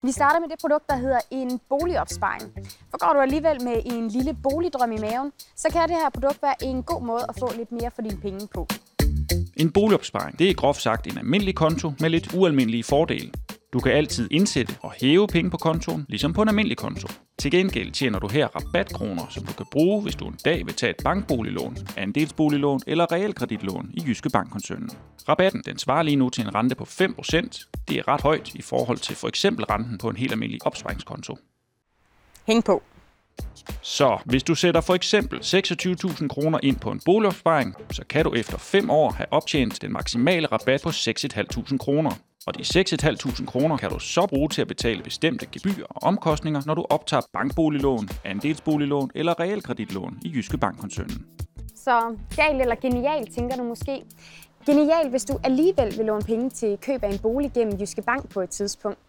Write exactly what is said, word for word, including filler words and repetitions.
Vi starter med det produkt, der hedder en boligopsparing. For går du alligevel med en lille boligdrøm i maven, så kan det her produkt være en god måde at få lidt mere for dine penge på. En boligopsparing, det er groft sagt en almindelig konto med lidt ualmindelige fordele. Du kan altid indsætte og hæve penge på kontoen, ligesom på en almindelig konto. Til gengæld tjener du her rabatkroner, som du kan bruge, hvis du en dag vil tage et bankboliglån, andelsboliglån eller realkreditlån i Jyske Bank-koncernen. Rabatten den svarer lige nu til en rente på fem procent. Det er ret højt i forhold til for eksempel renten på en helt almindelig opsparingskonto. Hæng på. Så hvis du sætter for eksempel seksogtyve tusind kroner ind på en boligopsparing, så kan du efter fem år have optjent den maksimale rabat på seks tusind fem hundrede kroner. Og de seks tusind fem hundrede kroner kan du så bruge til at betale bestemte gebyrer og omkostninger, når du optager bankboliglån, andelsboliglån eller realkreditlån i Jyske Bank-koncernen. Så galt eller genialt, tænker du måske. Genialt, hvis du alligevel vil låne penge til køb af en bolig gennem Jyske Bank på et tidspunkt.